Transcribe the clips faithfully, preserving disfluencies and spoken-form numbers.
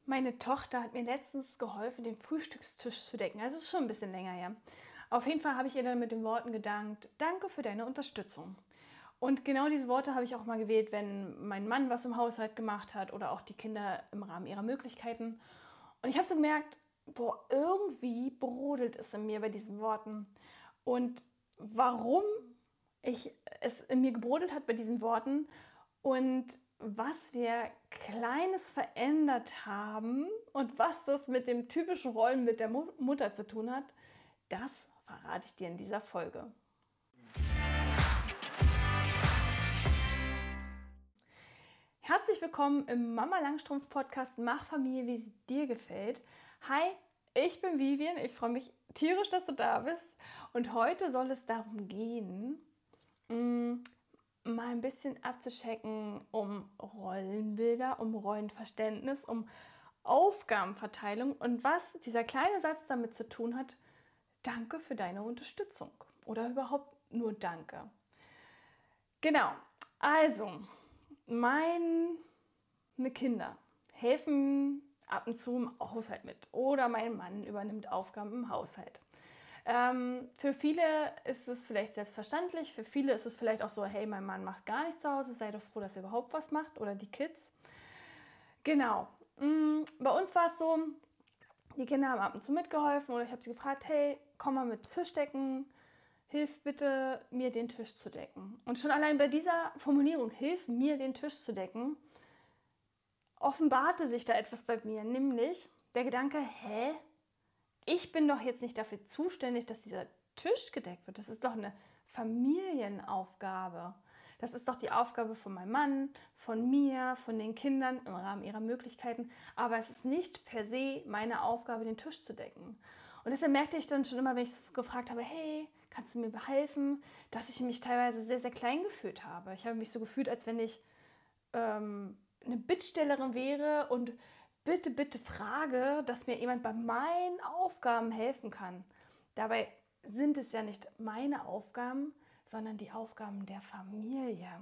Meine Tochter hat mir letztens geholfen, den Frühstückstisch zu decken. Also es ist schon ein bisschen länger her. Auf jeden Fall habe ich ihr dann mit den Worten gedankt: Danke für deine Unterstützung. Und genau diese Worte habe ich auch mal gewählt, wenn mein Mann was im Haushalt gemacht hat oder auch die Kinder im Rahmen ihrer Möglichkeiten. Und ich habe so gemerkt, boah, irgendwie brodelt es in mir bei diesen Worten. Und warum ich, es in mir gebrodelt hat bei diesen Worten und was wir Kleines verändert haben und was das mit dem typischen Rollenbild der Mu- Mutter zu tun hat, das verrate ich dir in dieser Folge. Herzlich willkommen im Mama Langstrumpfs Podcast Mach Familie, wie sie dir gefällt. Hi, ich bin Vivian, ich freue mich tierisch, dass du da bist. Und heute soll es darum gehen, mh, mal ein bisschen abzuchecken um Rollenbilder, um Rollenverständnis, um Aufgabenverteilung und was dieser kleine Satz damit zu tun hat: Danke für deine Unterstützung oder überhaupt nur Danke. Genau, also meine Kinder helfen ab und zu im Haushalt mit oder mein Mann übernimmt Aufgaben im Haushalt. Ähm, für viele ist es vielleicht selbstverständlich, für viele ist es vielleicht auch so: Hey, mein Mann macht gar nichts zu Hause, sei doch froh, dass er überhaupt was macht, oder die Kids. Genau, mm, bei uns war es so, die Kinder haben ab und zu mitgeholfen oder ich habe sie gefragt: Hey, komm mal mit Tisch decken, hilf bitte mir den Tisch zu decken. Und schon allein bei dieser Formulierung, hilf mir den Tisch zu decken, offenbarte sich da etwas bei mir, nämlich der Gedanke: Hä? Ich bin doch jetzt nicht dafür zuständig, dass dieser Tisch gedeckt wird. Das ist doch eine Familienaufgabe. Das ist doch die Aufgabe von meinem Mann, von mir, von den Kindern im Rahmen ihrer Möglichkeiten. Aber es ist nicht per se meine Aufgabe, den Tisch zu decken. Und deshalb merkte ich dann schon immer, wenn ich gefragt habe: Hey, kannst du mir behelfen, dass ich mich teilweise sehr, sehr klein gefühlt habe. Ich habe mich so gefühlt, als wenn ich ähm, eine Bittstellerin wäre und bitte, bitte frage, dass mir jemand bei meinen Aufgaben helfen kann. Dabei sind es ja nicht meine Aufgaben, sondern die Aufgaben der Familie.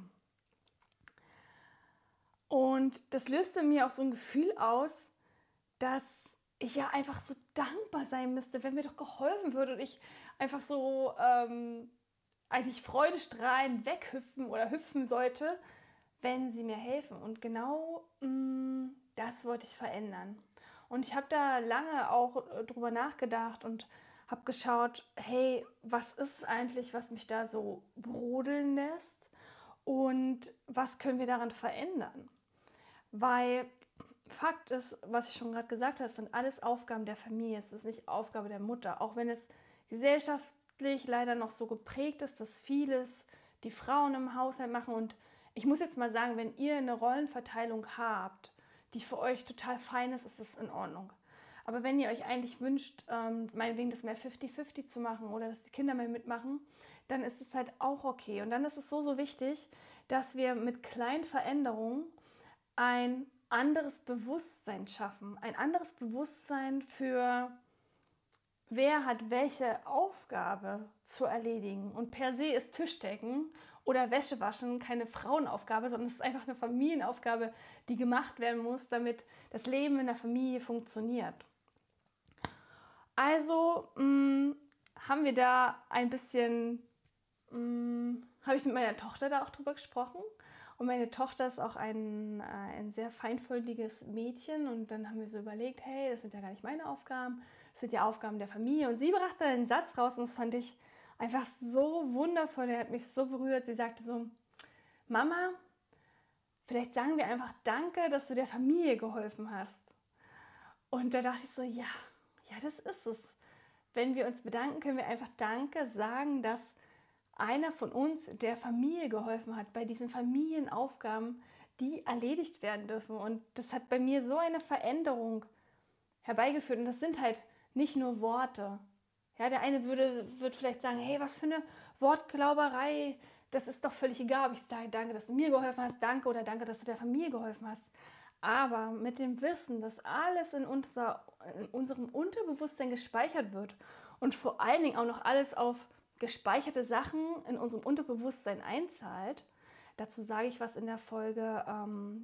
Und das löste mir auch so ein Gefühl aus, dass ich ja einfach so dankbar sein müsste, wenn mir doch geholfen wird und ich einfach so ähm, eigentlich freudestrahlend weghüpfen oder hüpfen sollte, wenn sie mir helfen. Und genau mh, das wollte ich verändern. Und ich habe da lange auch äh, drüber nachgedacht und habe geschaut: Hey, was ist eigentlich, was mich da so brodeln lässt und was können wir daran verändern? Weil Fakt ist, was ich schon gerade gesagt habe, es sind alles Aufgaben der Familie, es ist nicht Aufgabe der Mutter. Auch wenn es gesellschaftlich leider noch so geprägt ist, dass vieles die Frauen im Haushalt machen. Und ich muss jetzt mal sagen, wenn ihr eine Rollenverteilung habt, die für euch total fein ist, ist es in Ordnung. Aber wenn ihr euch eigentlich wünscht, ähm, meinetwegen das mehr fünfzig fünfzig zu machen oder dass die Kinder mehr mitmachen, dann ist es halt auch okay. Und dann ist es so, so wichtig, dass wir mit kleinen Veränderungen ein anderes Bewusstsein schaffen. Ein anderes Bewusstsein für, wer hat welche Aufgabe zu erledigen. Und per se ist Tischdecken oder Wäsche waschen keine Frauenaufgabe, sondern es ist einfach eine Familienaufgabe, die gemacht werden muss, damit das Leben in der Familie funktioniert. Also mh, haben wir da ein bisschen, mh, habe ich mit meiner Tochter da auch drüber gesprochen. Und meine Tochter ist auch ein, ein sehr feinfühliges Mädchen. Und dann haben wir so überlegt: Hey, das sind ja gar nicht meine Aufgaben, das sind ja Aufgaben der Familie. Und sie brachte dann einen Satz raus und das fand ich einfach so wundervoll. Der hat mich so berührt. Sie sagte so: Mama, vielleicht sagen wir einfach Danke, dass du der Familie geholfen hast. Und da dachte ich so: Ja, ja, das ist es. Wenn wir uns bedanken, können wir einfach Danke sagen, dass einer von uns der Familie geholfen hat bei diesen Familienaufgaben, die erledigt werden dürfen. Und das hat bei mir so eine Veränderung herbeigeführt. Und das sind halt nicht nur Worte. Ja, der eine würde, würde vielleicht sagen: Hey, was für eine Wortglauberei, das ist doch völlig egal, ob ich sage Danke, dass du mir geholfen hast, danke, oder danke, dass du der Familie geholfen hast. Aber mit dem Wissen, dass alles in, unser, in unserem Unterbewusstsein gespeichert wird und vor allen Dingen auch noch alles auf gespeicherte Sachen in unserem Unterbewusstsein einzahlt. Dazu sage ich was in der Folge ähm,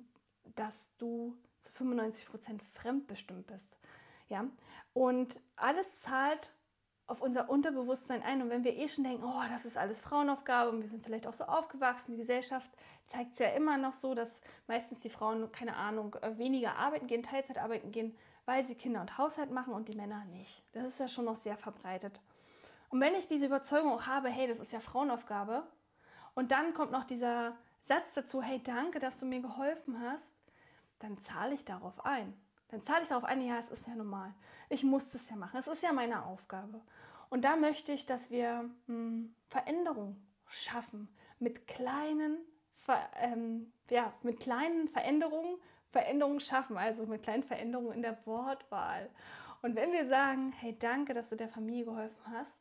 dass du zu fünfundneunzig Prozent fremdbestimmt bist. Ja? Und alles zahlt auf unser Unterbewusstsein ein. Und wenn wir eh schon denken, oh, das ist alles Frauenaufgabe und wir sind vielleicht auch so aufgewachsen, die Gesellschaft zeigt es ja immer noch so, dass meistens die Frauen, keine Ahnung, weniger arbeiten gehen, Teilzeit arbeiten gehen, weil sie Kinder und Haushalt machen und die Männer nicht. Das ist ja schon noch sehr verbreitet. Und wenn ich diese Überzeugung auch habe, hey, das ist ja Frauenaufgabe, und dann kommt noch dieser Satz dazu, hey, danke, dass du mir geholfen hast, dann zahle ich darauf ein. Dann zahle ich darauf ein, ja, es ist ja normal. Ich muss das ja machen. Es ist ja meine Aufgabe. Und da möchte ich, dass wir mh, Veränderung schaffen. Mit kleinen, Ver, ähm, ja, mit kleinen Veränderungen, Veränderungen schaffen. Also mit kleinen Veränderungen in der Wortwahl. Und wenn wir sagen, hey, danke, dass du der Familie geholfen hast,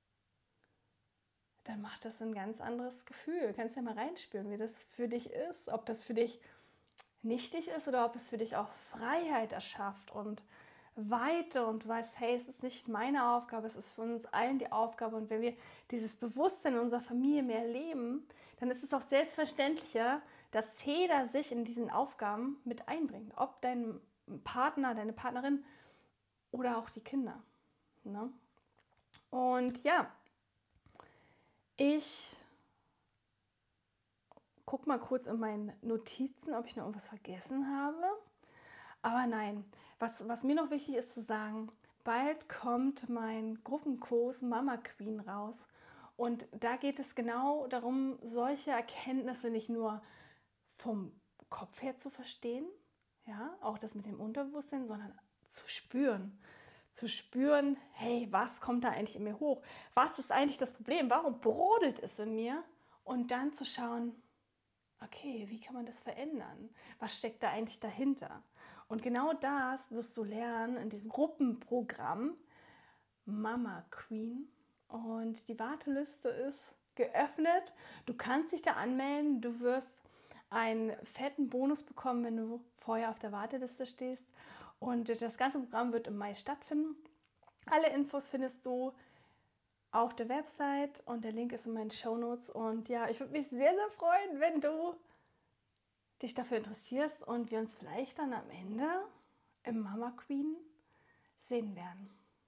dann macht das ein ganz anderes Gefühl. Du kannst ja mal reinspüren, wie das für dich ist. Ob das für dich nichtig ist oder ob es für dich auch Freiheit erschafft und Weite und du weißt, hey, es ist nicht meine Aufgabe, es ist für uns allen die Aufgabe. Und wenn wir dieses Bewusstsein in unserer Familie mehr leben, dann ist es auch selbstverständlicher, dass jeder sich in diesen Aufgaben mit einbringt. Ob dein Partner, deine Partnerin oder auch die Kinder. Ne? Und ja, ich guck mal kurz in meinen Notizen, ob ich noch irgendwas vergessen habe. Aber nein, was, was mir noch wichtig ist zu sagen, bald kommt mein Gruppenkurs Mama Queen raus. Und da geht es genau darum, solche Erkenntnisse nicht nur vom Kopf her zu verstehen, ja, auch das mit dem Unterbewusstsein, sondern zu spüren. Zu spüren, hey, was kommt da eigentlich in mir hoch? Was ist eigentlich das Problem? Warum brodelt es in mir? Und dann zu schauen, okay, wie kann man das verändern? Was steckt da eigentlich dahinter? Und genau das wirst du lernen in diesem Gruppenprogramm Mama Queen. Und die Warteliste ist geöffnet. Du kannst dich da anmelden. Du wirst einen fetten Bonus bekommen, wenn du vorher auf der Warteliste stehst. Und das ganze Programm wird im Mai stattfinden. Alle Infos findest du auf der Website und der Link ist in meinen Shownotes. Und ja, ich würde mich sehr, sehr freuen, wenn du dich dafür interessierst und wir uns vielleicht dann am Ende im Mama Queen sehen werden.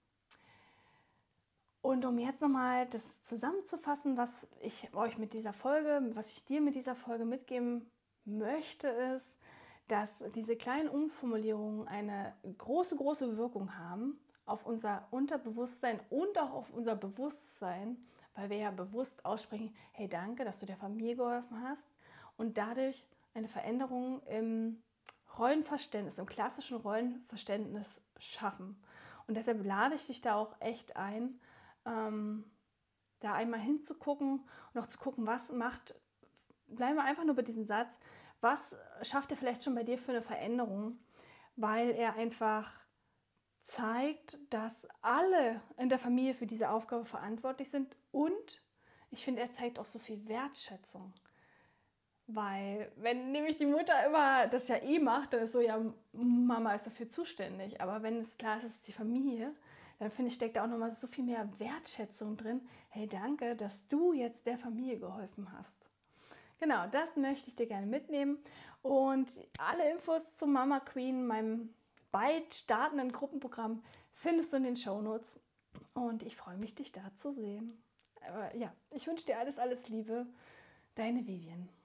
Und um jetzt nochmal das zusammenzufassen, was ich euch mit dieser Folge, was ich dir mit dieser Folge mitgeben möchte, ist, dass diese kleinen Umformulierungen eine große, große Wirkung haben auf unser Unterbewusstsein und auch auf unser Bewusstsein, weil wir ja bewusst aussprechen, hey, danke, dass du der Familie geholfen hast und dadurch eine Veränderung im Rollenverständnis, im klassischen Rollenverständnis schaffen. Und deshalb lade ich dich da auch echt ein, ähm, da einmal hinzugucken und auch zu gucken, was macht, bleiben wir einfach nur bei diesem Satz, was schafft er vielleicht schon bei dir für eine Veränderung, weil er einfach zeigt, dass alle in der Familie für diese Aufgabe verantwortlich sind und ich finde, er zeigt auch so viel Wertschätzung. Weil wenn nämlich die Mutter immer das ja eh macht, dann ist so, ja, Mama ist dafür zuständig. Aber wenn es klar ist, es ist die Familie, dann finde ich, steckt da auch nochmal so viel mehr Wertschätzung drin. Hey, danke, dass du jetzt der Familie geholfen hast. Genau, das möchte ich dir gerne mitnehmen. Und alle Infos zu Mama Queen, meinem bald startenden Gruppenprogramm, findest du in den Shownotes. Und ich freue mich, dich da zu sehen. Aber ja, ich wünsche dir alles, alles Liebe. Deine Vivian.